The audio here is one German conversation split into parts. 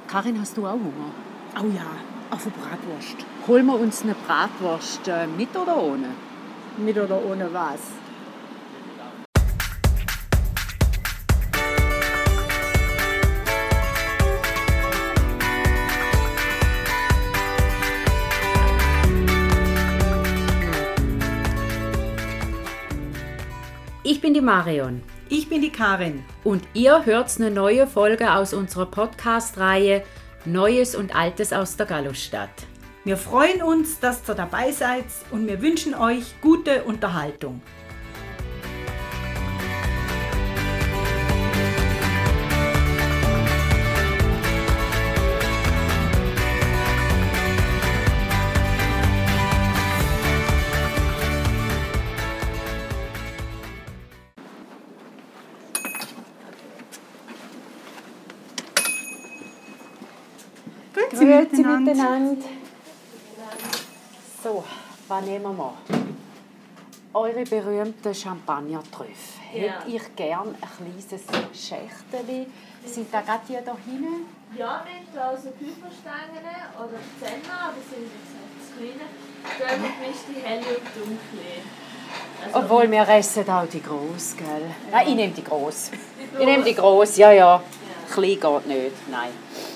Karin, hast du auch Hunger? Oh ja, auf eine Bratwurst. Holen wir uns eine Bratwurst mit oder ohne? Mit oder ohne was? Ich bin die Marion. Ich bin die Karin. Und ihr hört eine neue Folge aus unserer Podcast-Reihe Neues und Altes aus der Gallusstadt. Wir freuen uns, dass ihr dabei seid und wir wünschen euch gute Unterhaltung. Grüezi miteinander. So, was nehmen wir? Eure berühmten Champagner-Trüffel. Ja. Hätte ich gern ein kleines Schächteli. Sind da gerade die da hinten? Ja, wir haben so Küferstangen oder Zähne, aber sind jetzt nicht zu kleine. Damit mischt die helle und dunkle. Also, Obwohl, wir essen auch die gross, gell? Nein, ich nehme die gross. Ich nehme die gross, ja. Klein geht nicht, nein.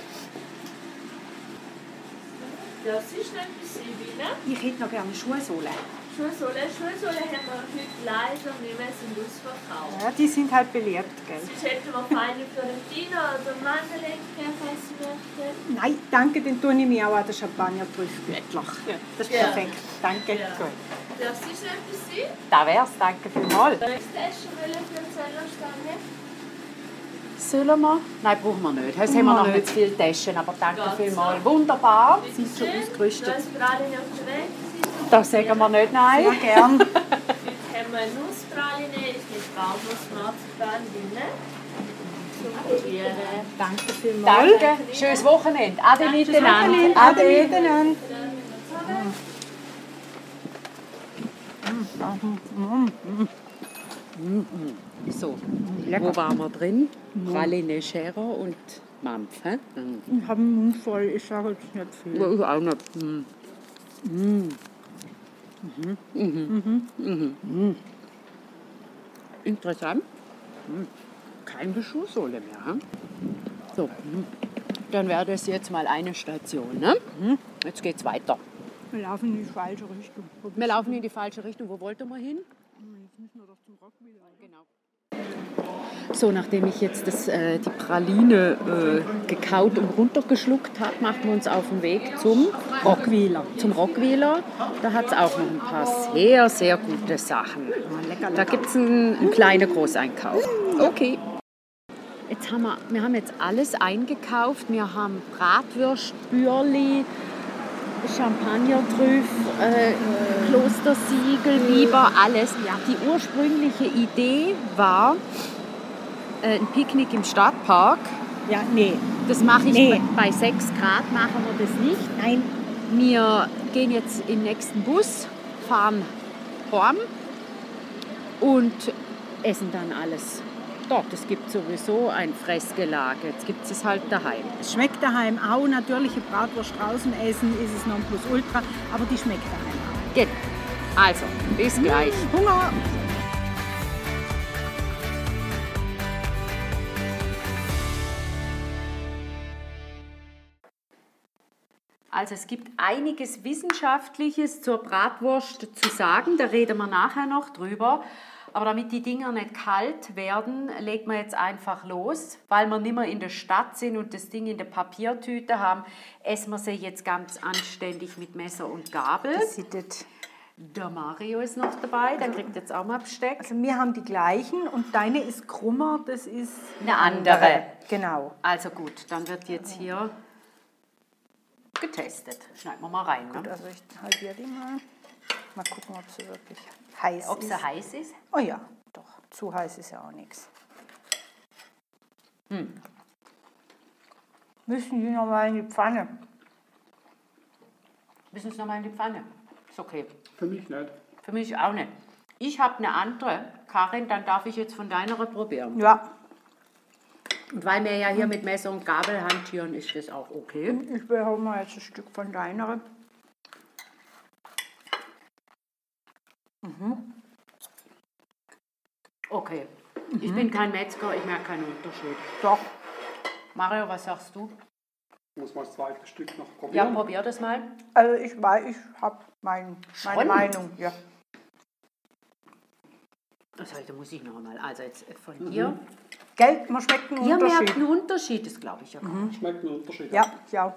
das ist nicht für Sie, ne? Ich hätte noch gerne Schuhsohlen. Schuhsohle haben wir heute leider nicht mehr sind ausverkauft. Ja, die sind halt beliebt, gell? Sonst hätten wir feine Florentiner oder Mandelecke essen möchten. Nein, danke, den tue ich mir auch an den Champagner-Trüffel. Ja. Das ist Ja. perfekt. Danke. Ja. Gut. Das ist nicht für Sie. Da wär's, danke vielmals. Nächste Schule für die Zellerstange. Sollen wir? Nein, brauchen wir nicht. Heute haben wir noch nicht zu viele Taschen, aber danke Geht's vielmals. Wunderbar. Sind schon ausgerüstet. Da ist Praline auf der Weg. Das sagen wir nicht nein. Sehr gern. Heute haben wir Nusspraline, ist mit Walnuss, Marzipan drin. Zum Probieren. Danke vielmals. Danke. Schönes Wochenende. Ade miteinander. Ade miteinander. So, wo waren wir drin? Praline, Scherer und Mampf. He? Ich habe einen Mund voll, ich sage jetzt nicht viel. Ich auch noch. Interessant. Keine Schuhsohle mehr. He? So, dann wäre das jetzt mal eine Station. Ne? Jetzt geht's weiter. Wir laufen in die falsche Richtung. Wir laufen in die falsche Richtung. Wo wollten wir hin? Jetzt müssen wir doch zum Rockweiler. Genau. So, nachdem ich jetzt die Praline gekaut und runtergeschluckt habe, machen wir uns auf den Weg zum Rockweiler. Da hat es auch noch ein paar sehr, sehr gute Sachen. Da gibt es einen kleinen Großeinkauf. Okay. Jetzt wir haben jetzt alles eingekauft. Wir haben Bratwürst, Bürli, Champagner-Trüffel, Klostersiegel, Biber, alles. Ja, die ursprüngliche Idee war ein Picknick im Stadtpark. Ja, nee. Das mache ich Nee. bei 6 Grad, machen wir das nicht. Nein. Wir gehen jetzt in den nächsten Bus, fahren heim und essen dann alles dort. Es gibt sowieso ein Fressgelage. Jetzt gibt es halt daheim. Es schmeckt daheim auch. Natürliche Bratwurst draußen essen ist es Nonplusultra, aber die schmeckt daheim auch. Geht. Also, bis gleich. Hunger! Also es gibt einiges Wissenschaftliches zur Bratwurst zu sagen, da reden wir nachher noch drüber. Aber damit die Dinger nicht kalt werden, legt man jetzt einfach los. Weil wir nicht mehr in der Stadt sind und das Ding in der Papiertüte haben, essen wir sie jetzt ganz anständig mit Messer und Gabel. Das sieht das. Der Mario ist noch dabei, der kriegt jetzt auch mal Besteck. Also wir haben die gleichen und deine ist krummer, das ist Eine andere. Genau. Also gut, dann wird jetzt hier getestet. Schneiden wir mal rein. Gut, Ne? also ich halbiere die mal. Mal gucken, ob sie wirklich heiß Ob ist. sie heiß ist? Oh ja, doch. Zu heiß ist ja auch nichts. Müssen die nochmal in die Pfanne? Müssen Sie noch mal in die Pfanne? Ist okay. Für mich nicht. Für mich auch nicht. Ich habe eine andere. Karin, dann darf ich jetzt von deiner probieren. Ja. Und weil wir ja hier mit Messer und Gabel hantieren, ist das auch okay. Ich hau mal jetzt ein Stück von deiner. Okay. Ich bin kein Metzger, ich merke keinen Unterschied. Doch. Mario, was sagst du? Muss man das zweite Stück noch Ja, probieren? probier das mal. Also ich habe meine Schon? Meinung. Ja. Das heute muss ich noch einmal. Also jetzt von dir. Gell, man schmeckt einen Ihr merkt Unterschied. einen Unterschied, das glaube ich ja gar nicht. Schmeckt ein Unterschied. Ja, ja.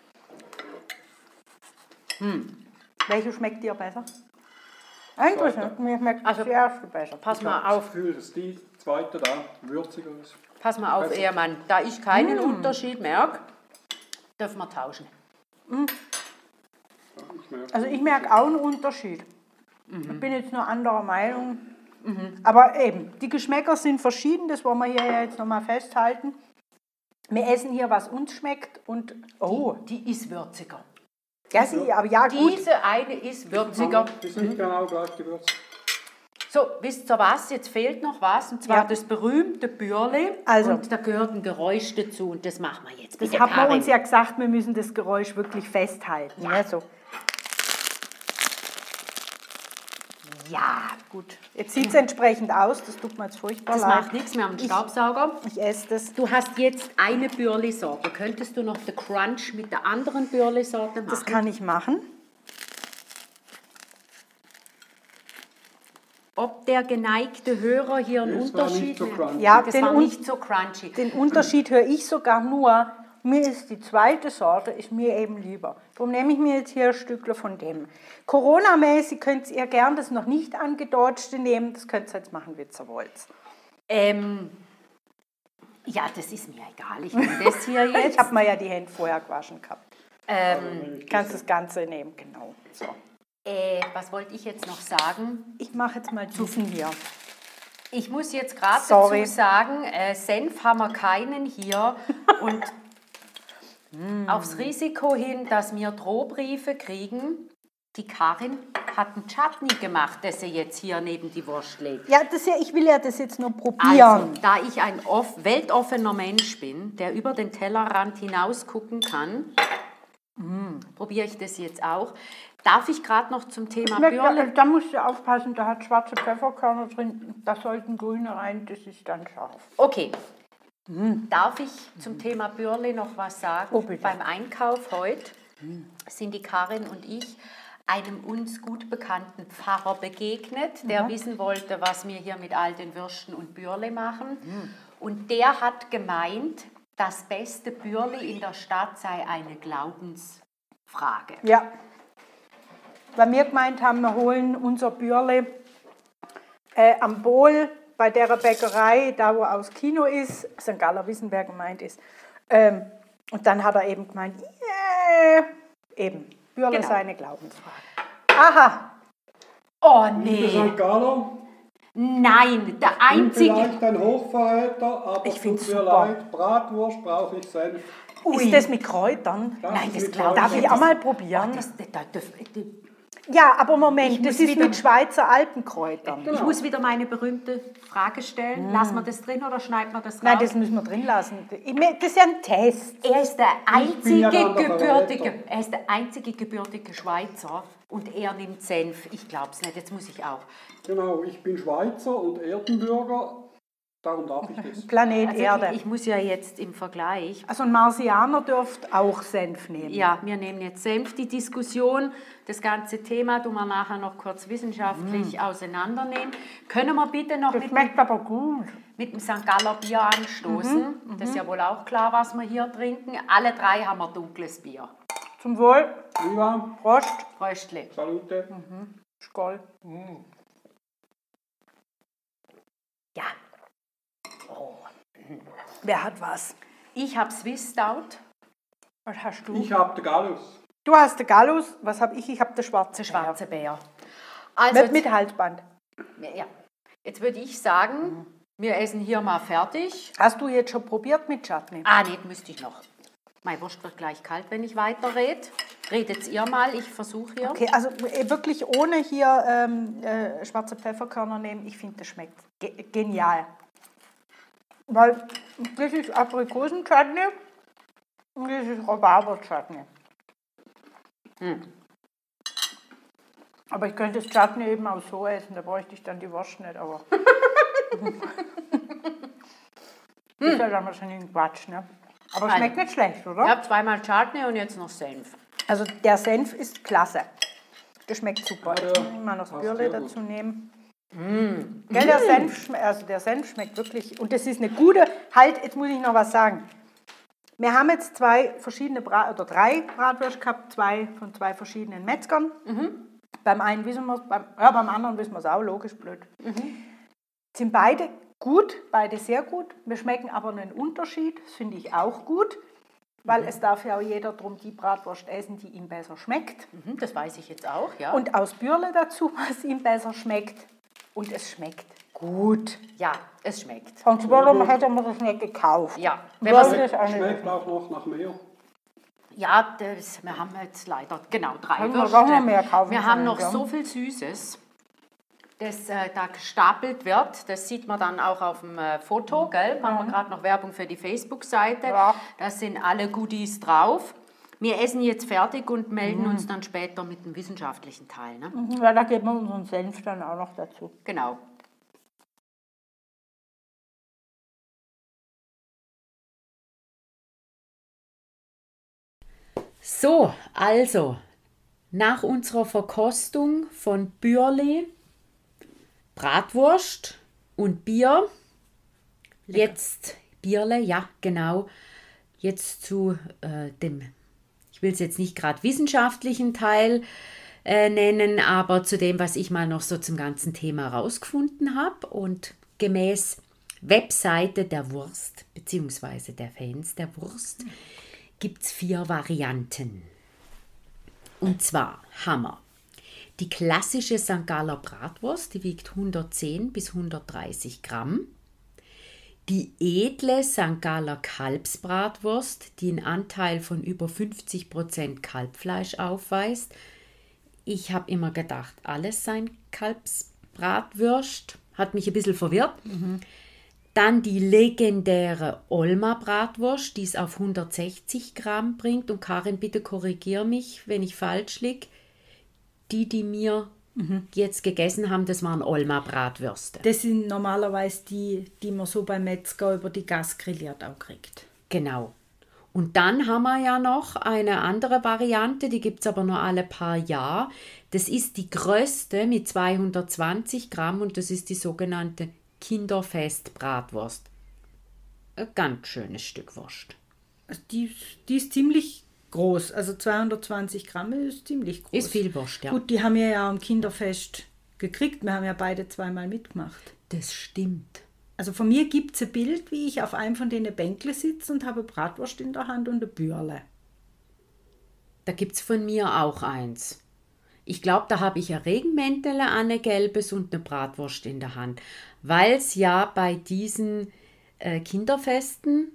Welche schmeckt dir besser? Interessant, mir schmeckt Also, die erste besser. Pass Ich habe mal das auf, Gefühl, dass die zweite da würziger ist. pass mal auf, Besser. Ehemann. Da ich keinen Unterschied merke, dürfen wir tauschen. Ja, ich merke. Also ich merke auch einen Unterschied. Ich bin jetzt nur anderer Meinung. Aber eben, die Geschmäcker sind verschieden, das wollen wir hier ja jetzt nochmal festhalten. Wir essen hier, was uns schmeckt und... Oh, Die ist würziger. ja, sie, aber ja gut. Diese eine ist würziger. Die sind nicht genau gleich gewürzt. So, wisst ihr was? Jetzt fehlt noch was, und zwar Ja. das berühmte Bürle. Also. Und da gehört ein Geräusch dazu und das machen wir jetzt. Das Bitte, hat man Karin. uns ja gesagt, wir müssen das Geräusch wirklich festhalten. Ja, so. Ja, gut. Jetzt sieht es entsprechend aus, das tut mir jetzt furchtbar Das leid. macht nichts, wir haben einen Staubsauger. Ich esse das. Du hast jetzt eine Bürli-Sorte. Könntest du noch den Crunch mit der anderen Bürli-Sorte machen? Das kann ich machen. Ob der geneigte Hörer hier einen Das war nicht Unterschied... so crunchy. Ja, das den war Un- nicht so crunchy. Den Unterschied höre ich sogar nur. Mir ist die zweite Sorte ist mir eben lieber. Darum nehme ich mir jetzt hier ein Stückchen von dem. Corona-mäßig könnt ihr gern das noch nicht angedeutschte nehmen. Das könnt ihr jetzt machen, wie ihr wollt. Ja, das ist mir egal. Ich nehme das hier jetzt. Ich habe mir ja die Hände vorher gewaschen gehabt. Ähm, Kannst das Ganze nehmen, genau. So. was wollte ich jetzt noch sagen? Ich mache jetzt mal diesen hier. Ich muss jetzt gerade Sorry. dazu sagen, Senf haben wir keinen hier. Und aufs Risiko hin, dass wir Drohbriefe kriegen, die Karin hat einen Chutney gemacht, das sie jetzt hier neben die Wurst legt. Ja, das ja, ich will ja das jetzt nur probieren. Also, da ich ein weltoffener Mensch bin, der über den Tellerrand hinaus gucken kann, probiere ich das jetzt auch. Darf ich gerade noch zum Thema Bürle? Da musst du aufpassen, da hat schwarze Pfefferkörner drin, da sollten grüne rein, das ist dann scharf. Okay. Darf ich zum Thema Bürle noch was sagen? Oh, bitte. Beim Einkauf heute sind die Karin und ich einem uns gut bekannten Pfarrer begegnet, der wissen wollte, was wir hier mit all den Würsten und Bürle machen. Und der hat gemeint, das beste Bürle in der Stadt sei eine Glaubensfrage. Ja. Weil wir gemeint haben, wir holen unser Bürle am Bohl bei der Bäckerei, da wo aus Kino ist, St. Galler Wissenberg gemeint ist. Und dann hat er eben gemeint, eben, Bürle Genau. sei eine Glaubensfrage. Aha, Oh Liebe nee, St. Galler, nein, der bin einzige... vielleicht ein Hochverräter, aber Ich find's tut mir super. leid, Bratwurst brauche ich Senf. ist das mit Kräutern? Nein, das mit glaube Darf ich nicht. auch mal Oh, probieren? das, Ja, aber Moment, Ich das muss ist wieder- mit Schweizer Alpenkräutern. Ich muss wieder meine berühmte Frage stellen. Lassen wir das drin oder schneiden wir das raus? Nein, das müssen wir drin lassen. Das ist ja ein Test. Er ist der bin ja dann der einzige gebürtige Schweizer und er nimmt Senf. Ich glaube es nicht, jetzt muss ich auch. Genau, ich bin Schweizer und Erdenbürger, darum darf ich das. Planet Also Erde. ich muss ja jetzt im Vergleich. Also ein Marsianer dürft auch Senf nehmen. Ja, wir nehmen jetzt Senf. Die Diskussion, das ganze Thema, tun wir nachher noch kurz wissenschaftlich auseinandernehmen. Können wir bitte noch Das schmeckt aber gut. mit dem St. Galler Bier anstoßen? Das ist ja wohl auch klar, was wir hier trinken. Alle drei haben wir dunkles Bier. Zum Wohl. Viva, Prost. Fröstle. salute. Skoll. Ja, Wer hat was? ich habe Swiss Stout, Was hast du? Ich habe den Gallus. Du hast den Gallus. Was habe ich? Ich habe den schwarzen der schwarze Bär. Bär. Also Mit Halsband. ja. Jetzt würde ich sagen, wir essen hier mal fertig. Hast du jetzt schon probiert mit Chutney? Ah, nee, müsste ich noch. Meine Wurst wird gleich kalt, wenn ich weiter rede. Redet ihr mal, ich versuche hier. Okay, also wirklich ohne hier schwarze Pfefferkörner nehmen. Ich finde, das schmeckt genial. Weil Das ist Aprikosen-Chutney und das ist Rhabarber-Chutney. Aber ich könnte das Chutney eben auch so essen, da bräuchte ich dann die Wurst nicht, aber... Das ist ja dann wahrscheinlich ein Quatsch, ne? Aber schmeckt nicht schlecht, oder? Ich habe zweimal Chutney und jetzt noch Senf. Also der Senf ist klasse. Das schmeckt super. Ja, Jetzt muss ich mal noch das passt Bürle sehr gut. dazu nehmen. Gell, der Senf schmeckt wirklich, und das ist eine gute, halt, jetzt muss ich noch was sagen. Wir haben jetzt drei Bratwürste gehabt, von zwei verschiedenen Metzgern. Beim einen wissen wir es, beim anderen wissen wir es auch, logisch blöd. Sind beide gut, beide sehr gut. Wir schmecken aber einen Unterschied, das finde ich auch gut, weil es darf ja auch jeder drum die Bratwurst essen, die ihm besser schmeckt. Das weiß ich jetzt auch, ja. Und aus Bürle dazu, was ihm besser schmeckt. Und es schmeckt gut. Ja, es schmeckt. Sonst hätte man das nicht gekauft. Ja, Wenn wenn man man das auch nicht. Schmeckt auch noch nach mehr. Ja, wir haben jetzt leider, genau, 3 Können wir Würste. doch noch mehr kaufen Wir haben können, noch ja. so viel Süßes, das da gestapelt wird. Das sieht man dann auch auf dem Foto, gell? Machen wir gerade noch Werbung für die Facebook-Seite. Ja. Da sind alle Goodies drauf. Wir essen jetzt fertig und melden uns dann später mit dem wissenschaftlichen Teil. Ne? Ja, da geben wir unseren Senf dann auch noch dazu. Genau. So, also, nach unserer Verkostung von Bürli, Bratwurst und Bier, jetzt Bierle, ja, genau, jetzt zu dem, ich will es jetzt nicht gerade wissenschaftlichen Teil nennen, aber zu dem, was ich mal noch so zum ganzen Thema rausgefunden habe. Und gemäß Webseite der Wurst, beziehungsweise der Fans der Wurst, gibt es 4 Varianten. Und zwar haben wir die klassische St. Galler Bratwurst, die wiegt 110 bis 130 Gramm. Die edle St. Galler Kalbsbratwurst, die einen Anteil von über 50% Kalbfleisch aufweist. Ich habe immer gedacht, alles sei Kalbsbratwurst. Hat mich ein bisschen verwirrt. Dann die legendäre Olma Bratwurst, die es auf 160 Gramm bringt. Und Karin, bitte korrigiere mich, wenn ich falsch liege. Die mir jetzt gegessen haben, das waren Olma Bratwürste. Das sind normalerweise die man so beim Metzger über die Gas grilliert auch kriegt. Genau. Und dann haben wir ja noch eine andere Variante, die gibt es aber nur alle paar Jahre. Das ist die größte mit 220 Gramm und das ist die sogenannte Kinderfest-Bratwurst. Ein ganz schönes Stück Wurst. Also die ist ziemlich groß, also 220 Gramm ist ziemlich groß. Ist viel Wurst, ja. Gut, die haben wir ja am Kinderfest gekriegt, wir haben ja beide zweimal mitgemacht. Das stimmt. Also von mir gibt es ein Bild, wie ich auf einem von den Bänkle sitze und habe Bratwurst in der Hand und eine Bürle. Da gibt es von mir auch eins. Ich glaube, da habe ich ein Regenmäntel, ein gelbes und eine Bratwurst in der Hand. Weil es ja bei diesen Kinderfesten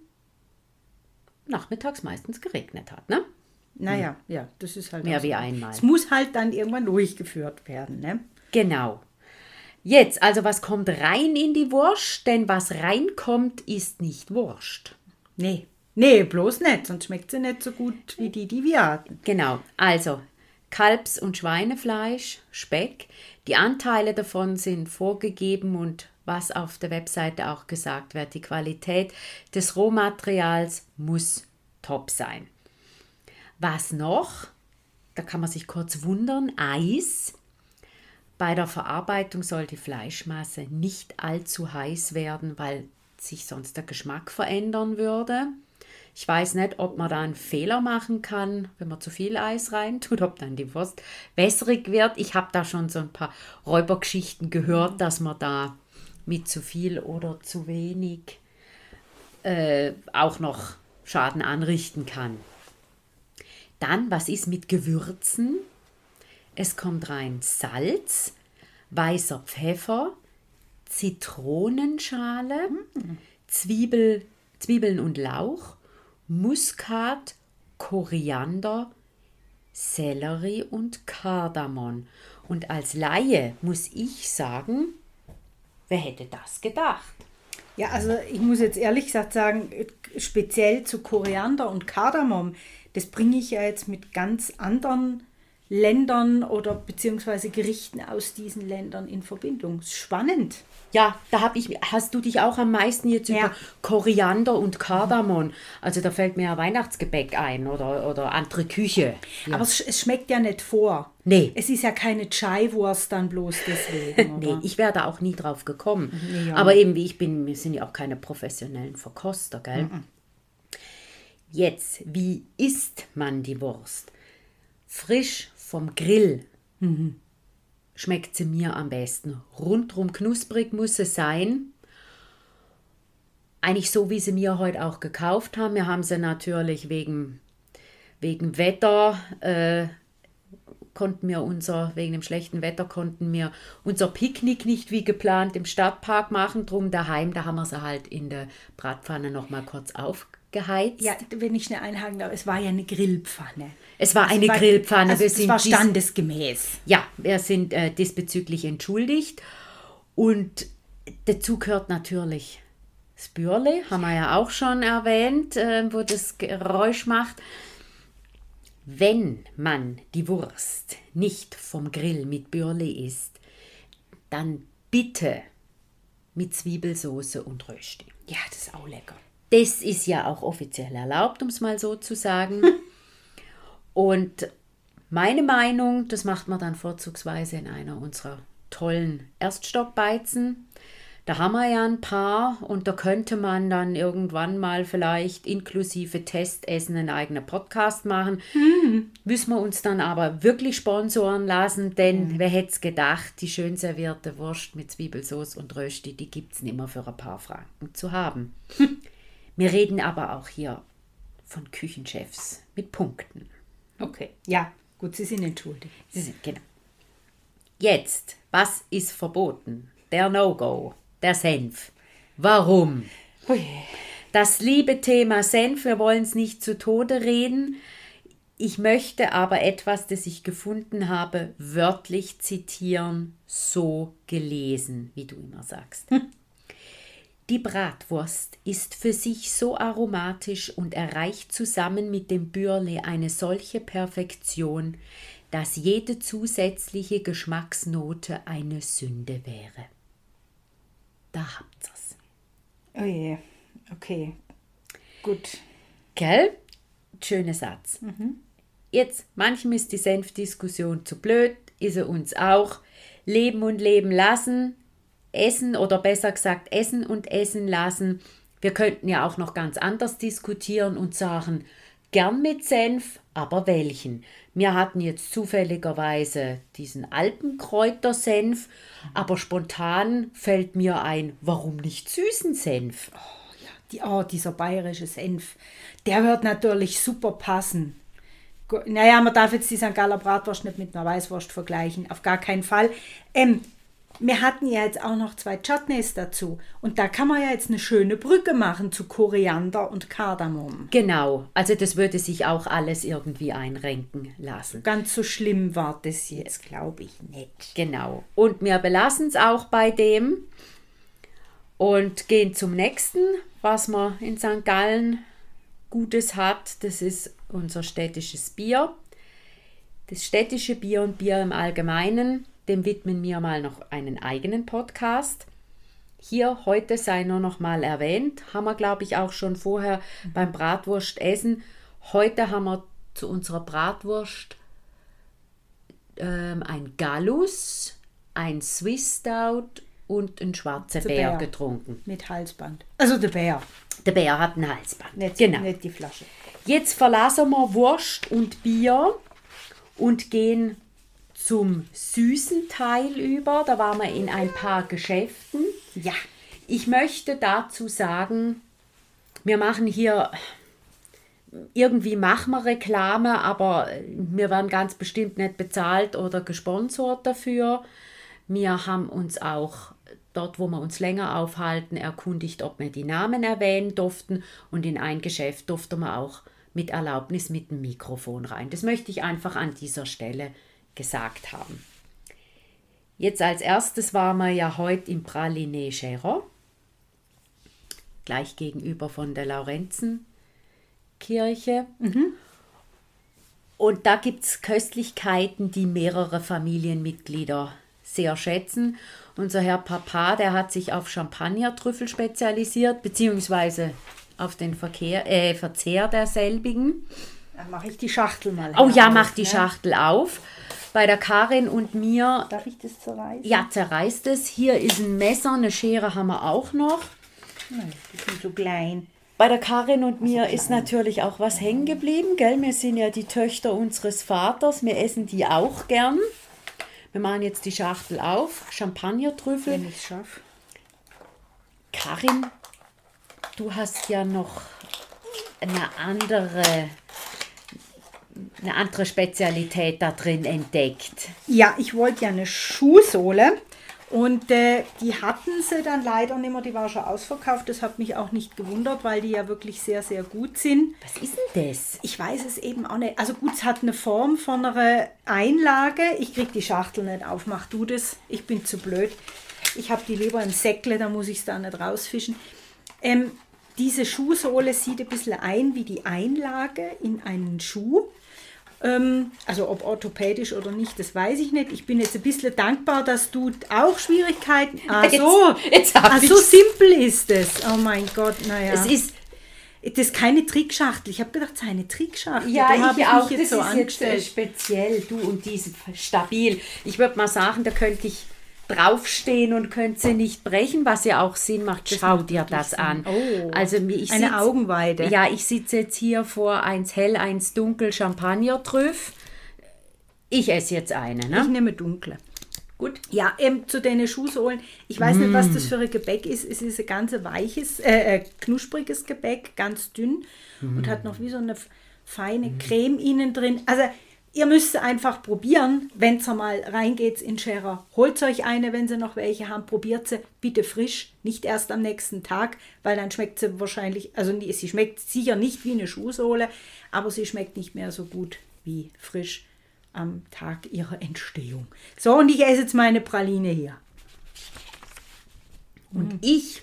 nachmittags meistens geregnet hat, ne? Naja, ja, das ist halt Mehr auch wie so. einmal. Es muss halt dann irgendwann durchgeführt werden, ne? Genau. Jetzt, also was kommt rein in die Wurst? Denn was reinkommt, ist nicht Wurst. Nee, bloß nicht, sonst schmeckt sie nicht so gut wie die wir hatten. Genau, also Kalbs- und Schweinefleisch, Speck. Die Anteile davon sind vorgegeben und was auf der Webseite auch gesagt wird, die Qualität des Rohmaterials muss top sein. Was noch? Da kann man sich kurz wundern, Eis. Bei der Verarbeitung soll die Fleischmasse nicht allzu heiß werden, weil sich sonst der Geschmack verändern würde. Ich weiß nicht, ob man da einen Fehler machen kann, wenn man zu viel Eis reintut, ob dann die Wurst wässrig wird. Ich habe da schon so ein paar Räubergeschichten gehört, dass man da mit zu viel oder zu wenig auch noch Schaden anrichten kann. Dann, was ist mit Gewürzen? Es kommt rein Salz, weißer Pfeffer, Zitronenschale, Zwiebeln und Lauch, Muskat, Koriander, Sellerie und Kardamom. Und als Laie muss ich sagen, wer hätte das gedacht? Ja, also ich muss jetzt ehrlich gesagt sagen, speziell zu Koriander und Kardamom, das bringe ich ja jetzt mit ganz anderen Ländern oder beziehungsweise Gerichten aus diesen Ländern in Verbindung. Spannend. Ja, hast du dich auch am meisten jetzt über Koriander und Kardamom, also da fällt mir ja Weihnachtsgebäck ein oder andere Küche. Ja. Aber es schmeckt ja nicht vor. Nee. Es ist ja keine Chai-Wurst dann bloß deswegen, oder? Nee, ich wäre da auch nie drauf gekommen. Ja. Aber eben wir sind ja auch keine professionellen Verkoster, gell? Jetzt, wie isst man die Wurst? Frisch vom Grill. Schmeckt sie mir am besten. Rundrum knusprig muss es sein. Eigentlich so, wie sie mir heute auch gekauft haben. Wir haben sie natürlich wegen Wetter, wegen dem schlechten Wetter konnten wir unser Picknick nicht wie geplant im Stadtpark machen. Drum daheim, da haben wir sie halt in der Bratpfanne noch mal kurz aufgeheizt. Ja, wenn ich schnell einhaken darf, es war ja eine Grillpfanne. Es war eine Grillpfanne. Also es war standesgemäß. Ja, wir sind diesbezüglich entschuldigt. Und dazu gehört natürlich das Bürle, haben wir ja auch schon erwähnt, wo das Geräusch macht. Wenn man die Wurst nicht vom Grill mit Bürle isst, dann bitte mit Zwiebelsauce und Rösti. Ja, das ist auch lecker. Das ist ja auch offiziell erlaubt, um es mal so zu sagen. Und meine Meinung, das macht man dann vorzugsweise in einer unserer tollen Erststockbeizen. Da haben wir ja ein paar und da könnte man dann irgendwann mal vielleicht inklusive Testessen einen eigenen Podcast machen. Müssen wir uns dann aber wirklich sponsoren lassen, denn wer hätte es gedacht, die schön servierte Wurst mit Zwiebelsauce und Rösti, die gibt es nicht mehr für ein paar Franken zu haben. Wir reden aber auch hier von Küchenchefs mit Punkten. Okay, ja, gut, Sie sind entschuldigt. Genau. Jetzt, was ist verboten? Der No-Go, der Senf. Warum? Oh je. Das liebe Thema Senf, wir wollen es nicht zu Tode reden. Ich möchte aber etwas, das ich gefunden habe, wörtlich zitieren, so gelesen, wie du immer sagst. Die Bratwurst ist für sich so aromatisch und erreicht zusammen mit dem Bürle eine solche Perfektion, dass jede zusätzliche Geschmacksnote eine Sünde wäre. Da habt ihr's. Oh je, okay, gut. Gell? Schöner Satz. Jetzt, manchem ist die Senfdiskussion zu blöd, ist er uns auch. Leben und leben lassen. Essen oder besser gesagt essen und essen lassen. Wir könnten ja auch noch ganz anders diskutieren und sagen, gern mit Senf, aber welchen? Wir hatten jetzt zufälligerweise diesen Alpenkräutersenf, aber spontan fällt mir ein, warum nicht süßen Senf? Dieser bayerische Senf, der wird natürlich super passen. Naja, man darf jetzt die St. Galler Bratwurst nicht mit einer Weißwurst vergleichen, auf gar keinen Fall. Wir hatten ja jetzt auch noch 2 Chutneys dazu. Und da kann man ja jetzt eine schöne Brücke machen zu Koriander und Kardamom. Genau, also das würde sich auch alles irgendwie einrenken lassen. Ganz so schlimm war das jetzt, glaube ich, nicht. Genau. Und wir belassen es auch bei dem und gehen zum nächsten, was man in St. Gallen Gutes hat. Das ist unser städtisches Bier. Das städtische Bier und Bier im Allgemeinen, dem widmen wir mal noch einen eigenen Podcast. Hier heute sei nur noch mal erwähnt, haben wir glaube ich auch schon vorher beim Bratwurstessen. Heute haben wir zu unserer Bratwurst ein Gallus, ein Swiss Stout und ein schwarzer Bär getrunken. Mit Halsband. Also der Bär. Der Bär hat ein Halsband. Nicht die Flasche. Jetzt verlassen wir Wurst und Bier und gehen zum süßen Teil über. Da waren wir in ein paar Geschäften. Ja. Ich möchte dazu sagen, wir machen hier, irgendwie machen wir Reklame, aber wir werden ganz bestimmt nicht bezahlt oder gesponsert dafür. Wir haben uns auch dort, wo wir uns länger aufhalten, erkundigt, ob wir die Namen erwähnen durften. Und in ein Geschäft durfte man auch mit Erlaubnis mit dem Mikrofon rein. Das möchte ich einfach an dieser Stelle gesagt haben. Jetzt als erstes waren wir ja heute im Praliné Scherer. gleich gegenüber von der Laurenzenkirche. Und da gibt es Köstlichkeiten, die mehrere Familienmitglieder sehr schätzen. Unser Herr Papa, der hat sich auf Champagnertrüffel spezialisiert, beziehungsweise auf den Verzehr derselbigen. Dann mache ich die Schachtel mal. Oh ja, mach die Schachtel auf. Bei der Karin und mir... Darf ich das zerreißen? Ja, zerreißt es. Hier ist ein Messer, eine Schere haben wir auch noch. Nein, die sind so klein. Bei der Karin und mir ist natürlich auch was hängen geblieben, gell? Wir sind ja die Töchter unseres Vaters, wir essen die auch gern. Wir machen jetzt die Schachtel auf, Champagnertrüffel. Wenn ich es schaffe. Karin, du hast ja noch eine andere Spezialität da drin entdeckt. Ja, ich wollte ja eine Schuhsohle und die hatten sie dann leider nicht mehr, die war schon ausverkauft. Das hat mich auch nicht gewundert, weil die ja wirklich sehr, sehr gut sind. Was ist denn das? Ich weiß es eben auch nicht. Also gut, es hat eine Form von einer Einlage. Ich kriege die Schachtel nicht auf, mach du das. Ich bin zu blöd. Ich habe die lieber im Säckle, da muss ich es da nicht rausfischen. Diese Schuhsohle sieht ein bisschen ein wie die Einlage in einen Schuh. Also ob orthopädisch oder nicht, das weiß ich nicht. Ich bin jetzt ein bisschen dankbar, dass du auch Schwierigkeiten... so simpel ist es. Oh mein Gott, naja. Es ist... Das ist keine Trickschachtel. Ich habe gedacht, es ist eine Trickschachtel. Ja, da ich auch. Jetzt das so ist angestellt. jetzt speziell. Du und diese stabil. Ich würde mal sagen, da könnte ich draufstehen und könnte sie nicht brechen, was ja auch Sinn macht. Schau dir das an. Oh, also eine Augenweide. Ja, ich sitze jetzt hier vor eins hell, eins dunkel Champagnertrüff. Ich esse jetzt eine, ne? Ich nehme dunkle. Gut. Ja, zu den Schuhsohlen. Ich weiß nicht, was das für ein Gebäck ist. Es ist ein ganz weiches, knuspriges Gebäck, ganz dünn und hat noch wie so eine feine Creme innen drin. Also ihr müsst einfach probieren, wenn ihr mal reingeht in Scherer. Holt euch eine, wenn sie noch welche haben. Probiert sie bitte frisch, nicht erst am nächsten Tag, weil dann schmeckt sie wahrscheinlich, also sie schmeckt sicher nicht wie eine Schuhsohle, aber sie schmeckt nicht mehr so gut wie frisch am Tag ihrer Entstehung. So, und ich esse jetzt meine Praline hier. Und ich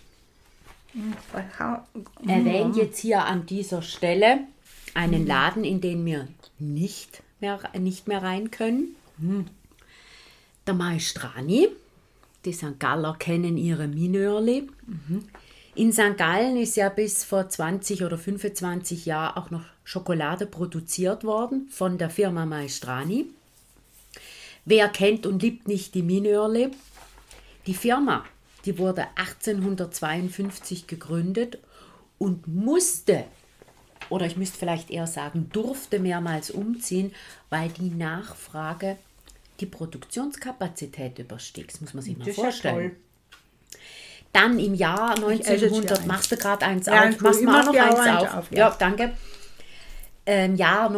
erwähne jetzt hier an dieser Stelle einen Laden, in den wir nicht mehr rein können. Der Maestrani. Die St. Galler kennen ihre Minörli. In St. Gallen ist ja bis vor 20 oder 25 Jahren auch noch Schokolade produziert worden von der Firma Maestrani. Wer kennt und liebt nicht die Minörli? Die Firma, die wurde 1852 gegründet und musste, oder ich müsste vielleicht eher sagen, durfte mehrmals umziehen, weil die Nachfrage die Produktionskapazität überstieg. Das muss man sich mal vorstellen. Dann im Jahr 1900, machst du gerade eins auf, machst du auch noch eins auf. Ja, danke. Im Jahr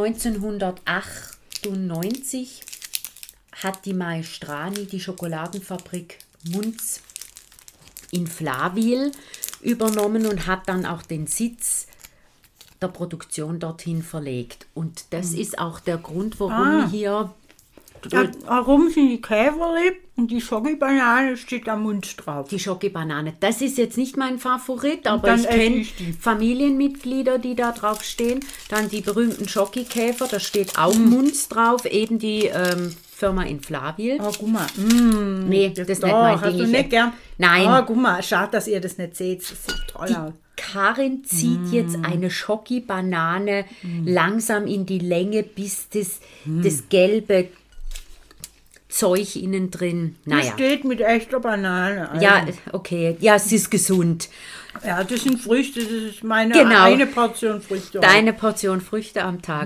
1998 hat die Maestrani die Schokoladenfabrik Munz in Flawil übernommen und hat dann auch den Sitz der Produktion dorthin verlegt. Und das ist auch der Grund, warum hier... Warum sind die Käferli und die Schokibanane steht am Mund drauf? Die Schokibanane, das ist jetzt nicht mein Favorit, aber ich kenne Familienmitglieder, die da drauf stehen. Dann die berühmten Schokikäfer, da steht auch Munz drauf, eben die Firma in Flawil. Oh, guck mal. Nee, das ist nicht mein Ding. Hast du nicht gern? Nein. Oh, guck mal, schade, dass ihr das nicht seht. Das sieht toll aus. Karin zieht jetzt eine Schokibanane langsam in die Länge, bis das gelbe Zeug innen drin. Das steht mit echter Banane. Also. Ja, okay. Ja, es ist gesund. Ja, das sind Früchte. Das ist meine eine Portion Früchte. Deine Portion Früchte am Tag.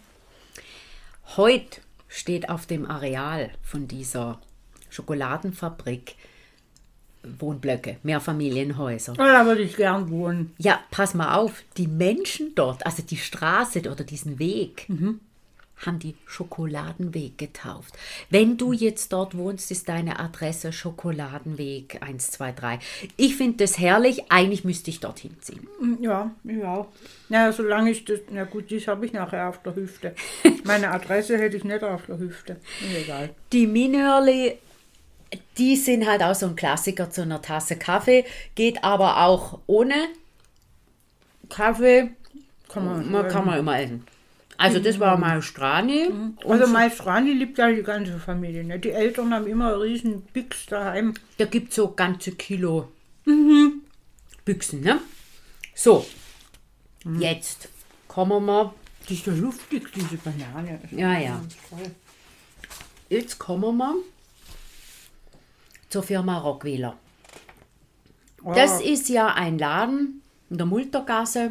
Heute steht auf dem Areal von dieser Schokoladenfabrik Wohnblöcke, Mehrfamilienhäuser. Da würde ich gern wohnen. Ja, pass mal auf. Die Menschen dort, also die Straße oder diesen Weg, haben die Schokoladenweg getauft. Wenn du jetzt dort wohnst, ist deine Adresse Schokoladenweg 123. Ich finde das herrlich. Eigentlich müsste ich dorthin ziehen. Ja, ja. Na, solange ich das... Na gut, das habe ich nachher auf der Hüfte. Meine Adresse hätte ich nicht auf der Hüfte. Egal. Die Minörli, die sind halt auch so ein Klassiker zu einer Tasse Kaffee. Geht aber auch ohne Kaffee Kann kann man immer essen. Also das war Maestrani. Also Maestrani liebt ja die ganze Familie. Ne? Die Eltern haben immer einen riesen Bix daheim. Da gibt es so ganze Kilo Büchsen, ne? So, jetzt kommen wir. Die ist ja luftig, diese Banane. Ja. Jetzt kommen wir zur Firma Rockweiler. Das ist ja ein Laden in der Multergasse.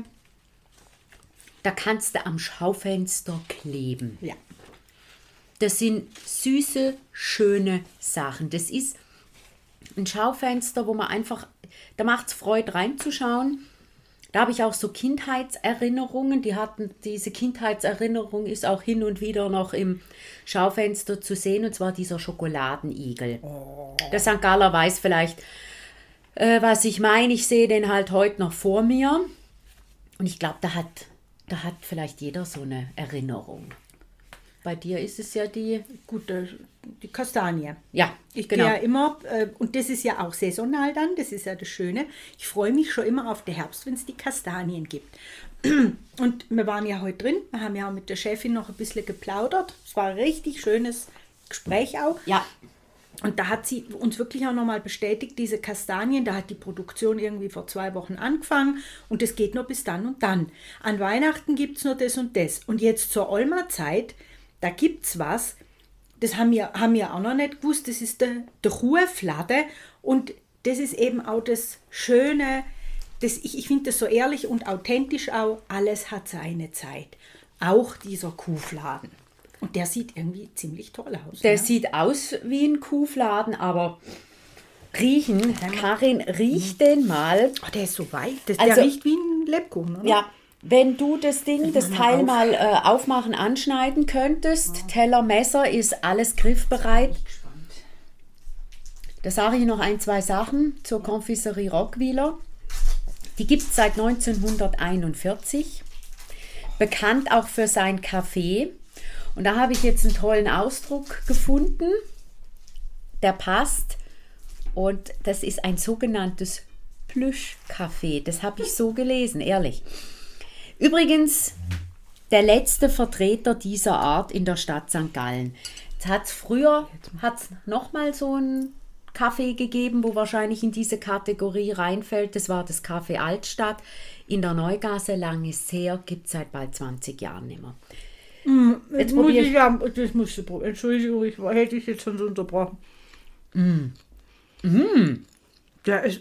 Da kannst du am Schaufenster kleben. Ja. Das sind süße, schöne Sachen. Das ist ein Schaufenster, wo man einfach, da macht es Freude reinzuschauen. Da habe ich auch so Kindheitserinnerungen. Diese Kindheitserinnerung ist auch hin und wieder noch im Schaufenster zu sehen, und zwar dieser Schokoladenigel. Der St. Galler weiß vielleicht, was ich meine. Ich sehe den halt heute noch vor mir. Und ich glaube, da hat vielleicht jeder so eine Erinnerung. Bei dir ist es ja die Kastanie. Ja, Ich genau. gehe ja immer, und das ist ja auch saisonal dann, das ist ja das Schöne. Ich freue mich schon immer auf den Herbst, wenn es die Kastanien gibt. Und wir waren ja heute drin, wir haben ja auch mit der Chefin noch ein bisschen geplaudert. Es war ein richtig schönes Gespräch auch. Ja, Und da hat sie uns wirklich auch nochmal bestätigt, diese Kastanien, da hat die Produktion irgendwie vor 2 Wochen angefangen und das geht nur bis dann und dann. An Weihnachten gibt es nur das und das. Und jetzt zur Olma-Zeit, da gibt es was, das haben wir auch noch nicht gewusst, das ist der Ruheflade und das ist eben auch das Schöne, ich finde das so ehrlich und authentisch auch, alles hat seine Zeit. Auch dieser Kuhfladen. Und der sieht irgendwie ziemlich toll aus. der ne? sieht aus wie ein Kuhfladen, aber riechen, Karin, riech den mal. Oh, der ist so weich. Der Also- riecht wie ein Lebkuchen, oder? Ja, wenn du das Teil auf. mal aufmachen, anschneiden könntest, Teller, Messer, ist alles griffbereit. Da sage ich noch 2 Sachen zur Konfiserie Rockweiler. Die gibt es seit 1941. Bekannt auch für sein Kaffee. Und da habe ich jetzt einen tollen Ausdruck gefunden, der passt. Und das ist ein sogenanntes Plüschkaffee. Das habe ich so gelesen, ehrlich. Übrigens, der letzte Vertreter dieser Art in der Stadt St. Gallen. Früher hat es nochmal so einen Kaffee gegeben, wo wahrscheinlich in diese Kategorie reinfällt. Das war das Café Altstadt in der Neugasse, lang ist her, gibt es seit bald 20 Jahren nicht mehr. Jetzt muss ich ja, das musst du probieren. Entschuldigung, hätte ich jetzt schon so unterbrochen. Der ist,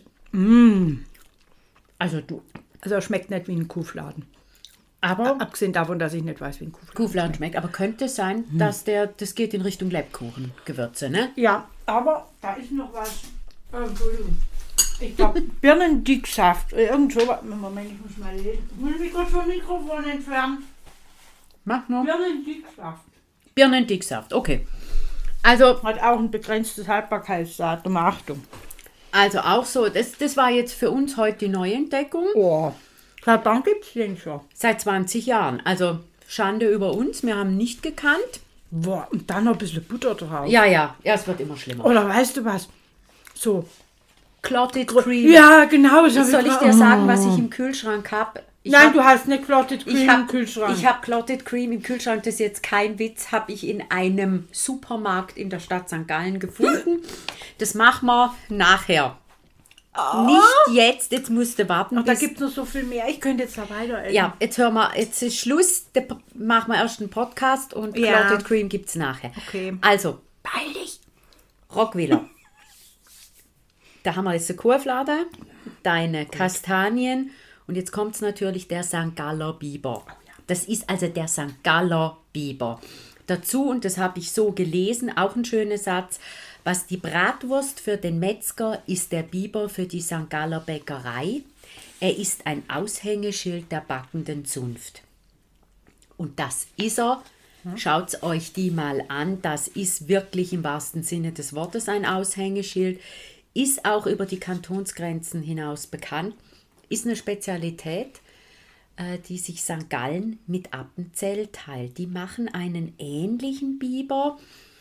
Also also er schmeckt nicht wie ein Kuhfladen. aber Abgesehen davon, dass ich nicht weiß, wie ein Kuhfladen Kuhfladen schmeckt. Aber könnte es sein, dass das geht in Richtung Lebkuchengewürze, ne? Ja, aber da ist noch was. Entschuldigung. Ich glaube, Birnendicksaft. Irgend so was. Moment, ich muss mal lesen. Ich muss mich kurz vom Mikrofon entfernen. Mach nur. Birnendicksaft. Birnendicksaft, okay. Also Hat auch ein begrenztes Haltbarkeitsdatum. Achtung. auch so, das war jetzt für uns heute die Neuentdeckung. Oh. Seit wann gibt es den schon? Seit 20 Jahren. Also Schande über uns, wir haben nicht gekannt. Boah, und dann noch ein bisschen Butter drauf. Ja, es wird immer schlimmer. Oder weißt du was? So. Clotted Cream. Ja, genau. Das hab Soll ich gerade- dir sagen, was ich im Kühlschrank habe? Nein, du hast nicht Clotted Cream im Kühlschrank. Ich habe Clotted Cream im Kühlschrank, das ist jetzt kein Witz, habe ich in einem Supermarkt in der Stadt St. Gallen gefunden. Das machen wir nachher. Nicht jetzt musst du warten. Ach, da bis- gibt es noch so viel mehr. Ich könnte jetzt da weiter essen. Ja, jetzt hören wir, jetzt ist Schluss, machen wir erst einen Podcast und Ja. Clotted Cream gibt es nachher. Okay. Also, beeil dich. Rockweiler. Da haben wir jetzt eine Kurflade, deine Kastanien und jetzt kommt es natürlich der St. Galler Biber. Das ist also der St. Galler Biber. Dazu, und das habe ich so gelesen, auch ein schöner Satz, was die Bratwurst für den Metzger ist der Biber für die St. Galler Bäckerei. Er ist ein Aushängeschild der backenden Zunft. Und das ist er. Schaut euch die mal an. Das ist wirklich im wahrsten Sinne des Wortes ein Aushängeschild. Ist auch über die Kantonsgrenzen hinaus bekannt. Ist eine Spezialität, die sich St. Gallen mit Appenzell teilt. Die machen einen ähnlichen Biber.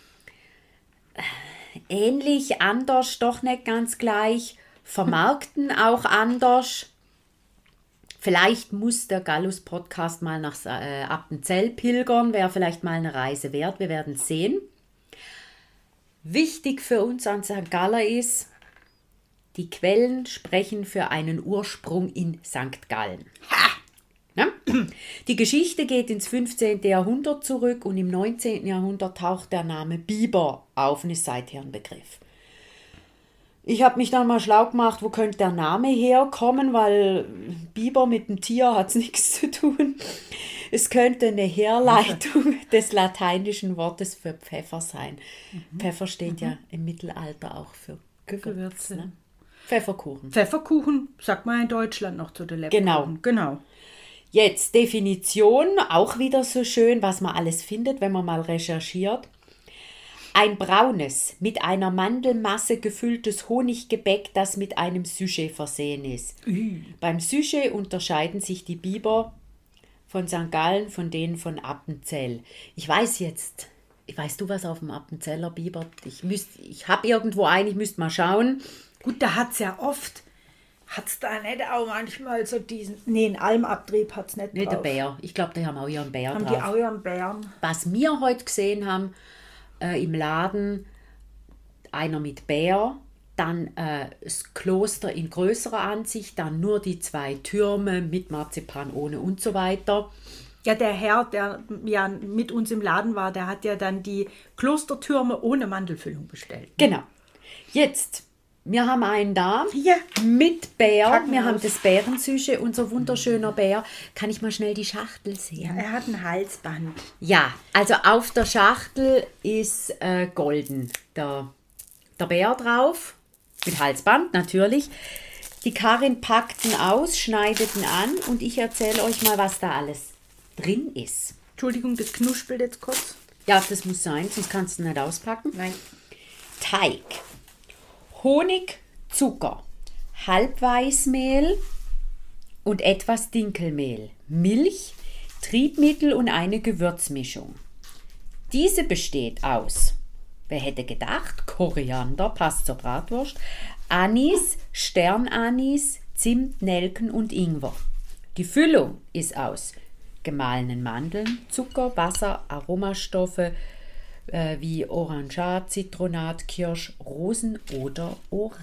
Ähnlich, anders, doch nicht ganz gleich. Vermarkten auch anders. Vielleicht muss der Gallus-Podcast mal nach Appenzell pilgern, wäre vielleicht mal eine Reise wert, wir werden es sehen. Wichtig für uns an St. Galler ist, die Quellen sprechen für einen Ursprung in St. Gallen. Ja? Die Geschichte geht ins 15. Jahrhundert zurück und im 19. Jahrhundert taucht der Name Biber auf und ist seither ein Begriff. Ich habe mich dann mal schlau gemacht, wo könnte der Name herkommen, weil Biber mit dem Tier hat nichts zu tun. Es könnte eine Herleitung des lateinischen Wortes für Pfeffer sein. Pfeffer steht ja im Mittelalter auch für Gewürze. Ne? Pfefferkuchen. Pfefferkuchen sagt man in Deutschland noch zu den Lebkuchen. Genau. Jetzt Definition, auch wieder so schön, was man alles findet, wenn man mal recherchiert. Ein braunes, mit einer Mandelmasse gefülltes Honiggebäck, das mit einem Sujet versehen ist. Beim Sujet unterscheiden sich die Biber von St. Gallen von denen von Appenzell. Weißt du was auf dem Appenzeller Biber? Ich habe irgendwo einen, ich müsste mal schauen. Gut, da hat es ja oft, hat es da nicht auch manchmal so diesen, nee, einen Almabtrieb hat es nicht drauf. Der Bär, ich glaube, die haben auch ihren Bär haben drauf. Die auch ihren Bären. Was wir heute gesehen haben im Laden, einer mit Bär, dann das Kloster in größerer Ansicht, dann nur die 2 Türme mit Marzipan ohne und so weiter. Ja, der Herr, der ja mit uns im Laden war, der hat ja dann die Klostertürme ohne Mandelfüllung bestellt. Genau. Jetzt, wir haben einen da Ja. mit Bär. Packen Wir haben aus. das Bärensüsche, unser wunderschöner Bär. Kann ich mal schnell die Schachtel sehen? Ja, er hat ein Halsband. Ja, also auf der Schachtel ist golden der Bär drauf, mit Halsband natürlich. Die Karin packt ihn aus, schneidet ihn an und ich erzähle euch mal, was da alles drin ist. Entschuldigung, das knuspelt jetzt kurz. Ja, das muss sein, sonst kannst du nicht auspacken. Nein. Teig, Honig, Zucker, Halbweißmehl und etwas Dinkelmehl, Milch, Triebmittel und eine Gewürzmischung. Diese besteht aus, wer hätte gedacht, Koriander, passt zur Bratwurst, Anis, Sternanis, Zimt, Nelken und Ingwer. Die Füllung ist aus gemahlenen Mandeln, Zucker, Wasser, Aromastoffe wie Orangat, Zitronat, Kirsch, Rosen- oder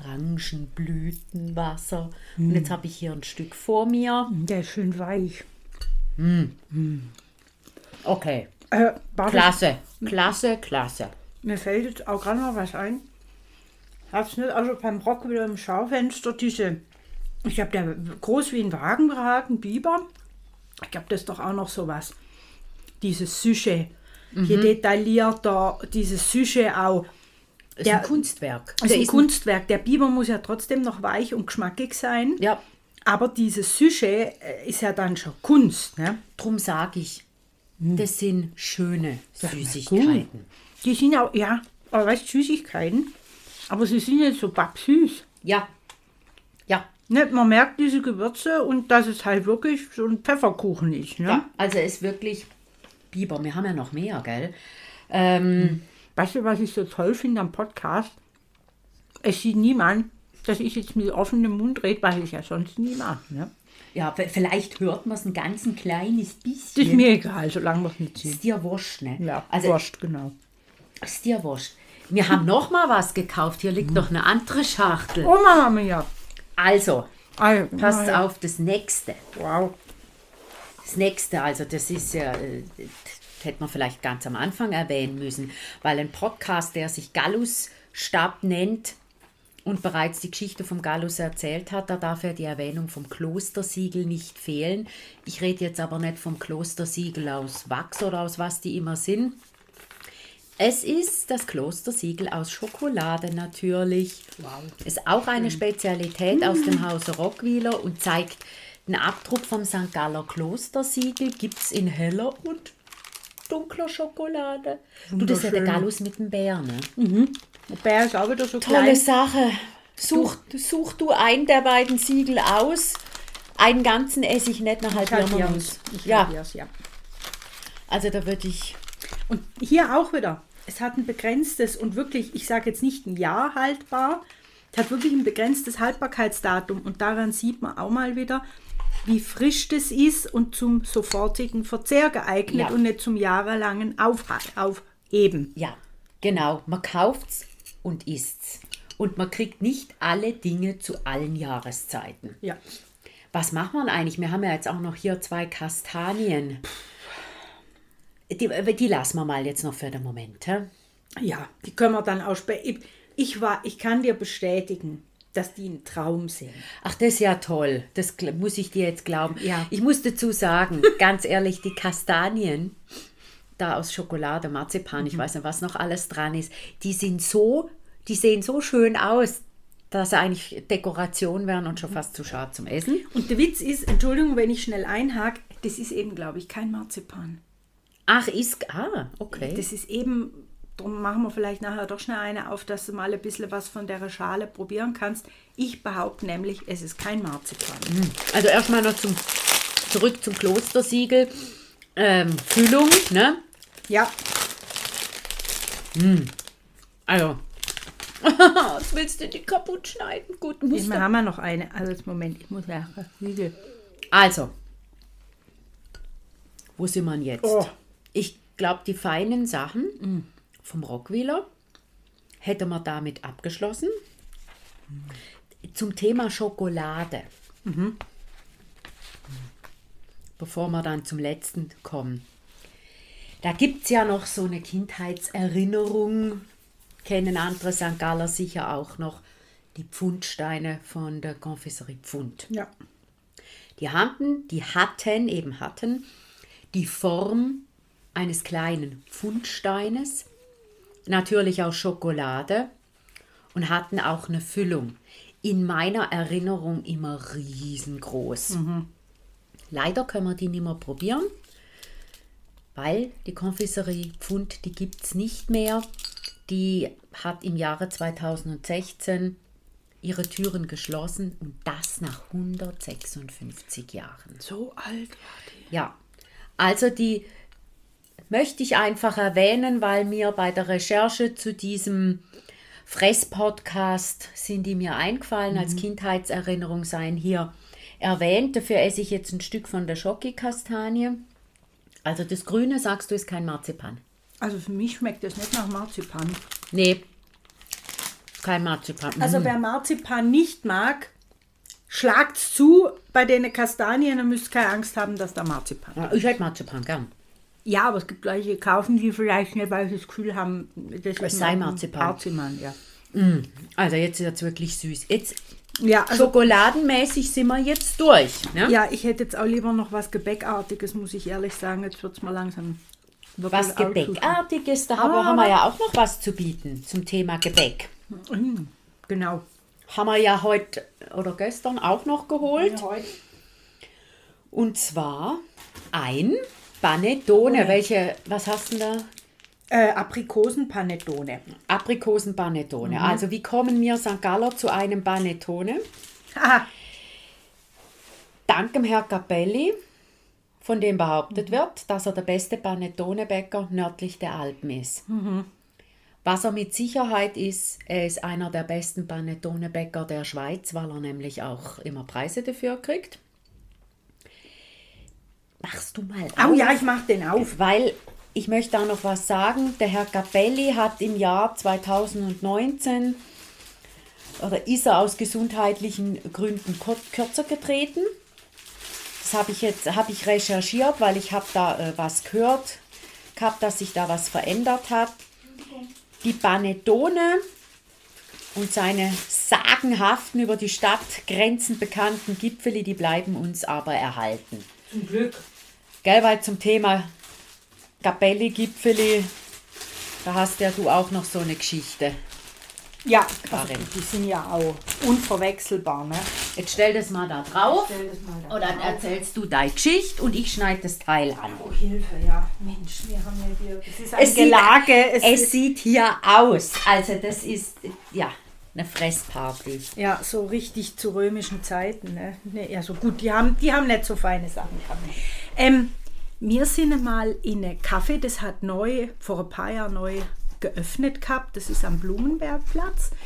Orangenblütenwasser. Und jetzt habe ich hier ein Stück vor mir. Der ist schön weich. Okay, Klasse. klasse. Mir fällt jetzt auch gerade noch was ein. Hab's nicht, also beim Rock wieder im Schaufenster, ich glaube, der groß wie ein Wagenrad, Biber. Ich glaube, das ist doch auch noch sowas. Dieses Sujet. Je detaillierter, dieses Sujet auch. Das ist ein Kunstwerk. Das ist ein Kunstwerk. Der Biber muss ja trotzdem noch weich und geschmackig sein. Ja, Aber dieses Sujet ist ja dann schon Kunst. Ne? drum sage ich, das sind schöne Gut. Süßigkeiten. Die sind auch, ja, aber weißt du, Süßigkeiten, aber sie sind jetzt so pappsüß. Ja. Ne, man merkt diese Gewürze und dass es halt wirklich so ein Pfefferkuchen ist. Ne? Ja, also es ist wirklich Biber. Wir haben ja noch mehr, gell? Weißt du, was ich so toll finde am Podcast? Es sieht niemand, dass ich jetzt mit offenem Mund rede, was ich ja sonst nie mache. Ne? Ja, vielleicht hört man es ein ganz kleines Das bisschen. ist mir egal, solange man es nicht sieht. Ist dir wurscht, ne? Ja, also wurscht, genau. ist dir wurscht. Wir haben noch mal was gekauft. Hier liegt noch eine andere Schachtel. Oh, Mama mia. Also, Also, passt auf das nächste. Wow. Das nächste, also das ist ja, das hätte man vielleicht ganz am Anfang erwähnen müssen, weil ein Podcast, der sich Gallus-Stab nennt und bereits die Geschichte vom Gallus erzählt hat, da darf ja die Erwähnung vom Klostersiegel nicht fehlen. Ich rede jetzt aber nicht vom Klostersiegel aus Wachs oder aus was die immer sind. Es ist das Klostersiegel aus Schokolade natürlich. Wow. Ist auch eine Spezialität aus dem Hause Rockweiler und zeigt den Abdruck vom St. Galler Klostersiegel. Gibt es in heller und dunkler Schokolade. Du, das ist ja der Gallus mit dem Bär, ne? Der Bär ist auch wieder so Tolle klein. Sache. Such du einen der beiden Siegel aus. Einen ganzen esse ich nicht, eine halbieren wir uns. Ja, Ja. also da würde ich... Und hier auch wieder. Es hat ein begrenztes und wirklich, ich sage jetzt nicht ein Jahr haltbar, es hat wirklich ein begrenztes Haltbarkeitsdatum und daran sieht man auch mal wieder, wie frisch das ist und zum sofortigen Verzehr geeignet Ja. und nicht zum jahrelangen Aufheben. Ja, genau. Man kauft's und isst's. Und man kriegt nicht alle Dinge zu allen Jahreszeiten. Ja. Was macht man eigentlich? Wir haben ja jetzt auch noch hier 2 Kastanien. Die lassen wir mal jetzt noch für den Moment. Hä? Ja, die können wir dann aussprechen. Ich kann dir bestätigen, dass die ein Traum sind. Ach, das ist ja toll. Das muss ich dir jetzt glauben. Ja. Ich muss dazu sagen, ganz ehrlich, die Kastanien da aus Schokolade, Marzipan, ich weiß nicht, was noch alles dran ist, die sehen so schön aus, dass sie eigentlich Dekoration wären und schon fast zu schade zum Essen. Und der Witz ist, Entschuldigung, wenn ich schnell einhake, das ist eben, glaube ich, kein Marzipan. Okay. Das ist eben, darum machen wir vielleicht nachher doch schnell eine auf, dass du mal ein bisschen was von der Schale probieren kannst. Ich behaupte nämlich, es ist kein Marzipan. Also erstmal noch zurück zum Klostersiegel. Füllung, ne? Ja, Also. Was willst du die kaputt schneiden? Gut, musst wir haben ja noch eine. Also Moment, ich muss nachher. Siegel. Also. Wo sind wir jetzt? Oh. Ich glaube, die feinen Sachen vom Rockweiler hätten wir damit abgeschlossen. Zum Thema Schokolade. Bevor wir dann zum letzten kommen. Da gibt es ja noch so eine Kindheitserinnerung, kennen andere St. Galler sicher auch noch, die Pfundsteine von der Konfiserie Pfund. Ja. Die hatten die Form eines kleinen Pfundsteines, natürlich aus Schokolade und hatten auch eine Füllung. In meiner Erinnerung immer riesengroß. Leider können wir die nicht mehr probieren, weil die Konfiserie Pfund, die gibt es nicht mehr. Die hat im Jahre 2016 ihre Türen geschlossen und das nach 156 Jahren. So alt war die. Ja, also die möchte ich einfach erwähnen, weil mir bei der Recherche zu diesem Fress-Podcast sind die mir eingefallen, als Kindheitserinnerung seien hier erwähnt. Dafür esse ich jetzt ein Stück von der Schoki-Kastanie. Also das Grüne, sagst du, ist kein Marzipan. Also für mich schmeckt das nicht nach Marzipan. Nee, kein Marzipan. Also wer Marzipan nicht mag, schlagt's zu bei den Kastanien, dann müsst ihr keine Angst haben, dass da Marzipan ist. Ja, ich hätte Marzipan gern. Ja, aber es gibt welche, die kaufen die vielleicht nicht, weil sie das Gefühl haben, das Es sei Marzipan. Marzipan, ja. Also jetzt ist es wirklich süß. Jetzt Ja, also, schokoladenmäßig sind wir jetzt durch. Ne? ja, ich hätte jetzt auch lieber noch was Gebäckartiges, muss ich ehrlich sagen. Jetzt wird es mal langsam wirklich Was Gebäckartiges, da haben wir ja auch noch was zu bieten zum Thema Gebäck. Genau. Haben wir ja heute oder gestern auch noch geholt. Und zwar ein Panettone. Was hast du denn da? Aprikosenpanettone. Aprikosenpanettone. Also wie kommen wir St. Galler zu einem Panettone? Aha. Dank dem Herr Capelli, von dem behauptet wird, dass er der beste Panettone-Bäcker nördlich der Alpen ist. Was er mit Sicherheit ist, er ist einer der besten Panettone-Bäcker der Schweiz, weil er nämlich auch immer Preise dafür kriegt. Machst du mal auf? Oh ja, ich mache den auf. Weil ich möchte da noch was sagen. Der Herr Capelli hat im Jahr 2019 oder ist er aus gesundheitlichen Gründen kürzer getreten. Das habe ich recherchiert, weil ich habe da was gehört gehabt, dass sich da was verändert hat. Die Panettone und seine sagenhaften über die Stadtgrenzen bekannten Gipfeli, die bleiben uns aber erhalten. Zum Glück. Gell, weil zum Thema Capelli-Gipfeli, da hast ja du auch noch so eine Geschichte. Ja, also Karin. die sind ja auch unverwechselbar. Ne? Jetzt stell das mal da drauf Stell das mal da und dann drauf. erzählst du deine Geschichte und ich schneide das Teil an. Oh, Hilfe, ja. Mensch, wir haben ja hier... Es ist ein Es sieht- Gelage. Es sieht hier aus, also das ist, ja, eine Fressparty. Ja, so richtig zu römischen Zeiten. Ne? Ne, ja, so gut, die haben nicht so feine Sachen gehabt. Wir sind mal in einem Café, das hat vor ein paar Jahren neu geöffnet gehabt. Das ist am Blumenbergplatz.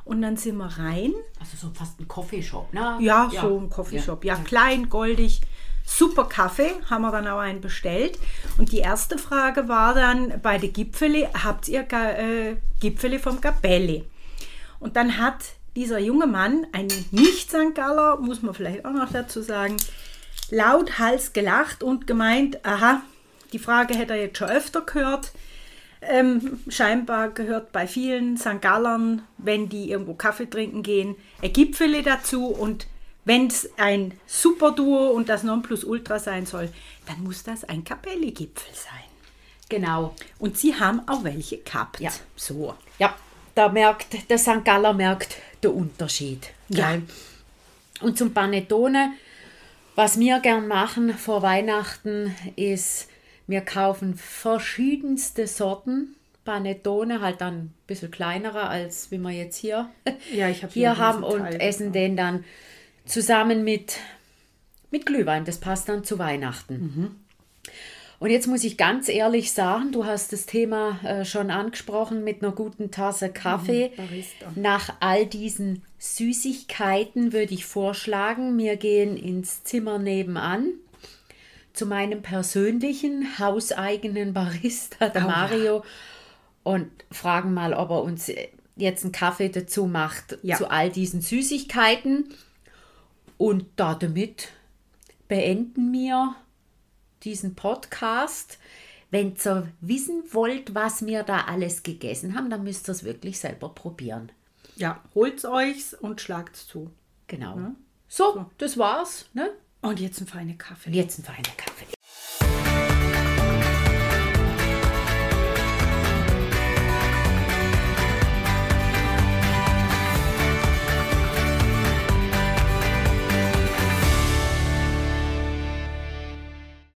Und dann sind wir rein. Also so fast ein Coffeeshop, ne? Ja, so ein Coffeeshop. Ja, klein, goldig. Super Kaffee, haben wir dann auch einen bestellt. Und die erste Frage war dann bei den Gipfeli, habt ihr Gipfeli vom Gabelli? Und dann hat dieser junge Mann, ein Nicht-St. Galler, muss man vielleicht auch noch dazu sagen, lauthals gelacht und gemeint, aha, die Frage hätte er jetzt schon öfter gehört. Scheinbar gehört bei vielen St. Gallern, wenn die irgendwo Kaffee trinken gehen, ein Gipfeli dazu. Und wenn es ein Superduo und das Nonplusultra sein soll, dann muss das ein Gabelli-Gipfel sein. Genau. Und sie haben auch welche gehabt. Ja. So. Ja, der St. Galler merkt den Unterschied. Ja. Gell? Und zum Panettone, was wir gern machen vor Weihnachten, ist, wir kaufen verschiedenste Sorten Panettone, halt dann ein bisschen kleinere, als wie wir jetzt hier, Ja, ich hab hier hier haben, diesen und Teil. essen den dann zusammen mit Glühwein. Das passt dann zu Weihnachten. Und jetzt muss ich ganz ehrlich sagen, du hast das Thema schon angesprochen mit einer guten Tasse Kaffee. Barista. Nach all diesen Süßigkeiten würde ich vorschlagen, wir gehen ins Zimmer nebenan zu meinem persönlichen, hauseigenen Barista, der Mario, und fragen mal, ob er uns jetzt einen Kaffee dazu macht zu all diesen Süßigkeiten. Und damit beenden wir diesen Podcast. Wenn ihr wissen wollt, was wir da alles gegessen haben, dann müsst ihr es wirklich selber probieren. Ja, holt's euch und schlagt's zu. Genau. So, das war's. Ne? Und jetzt ein feiner Kaffee. Und jetzt ein feiner Kaffee.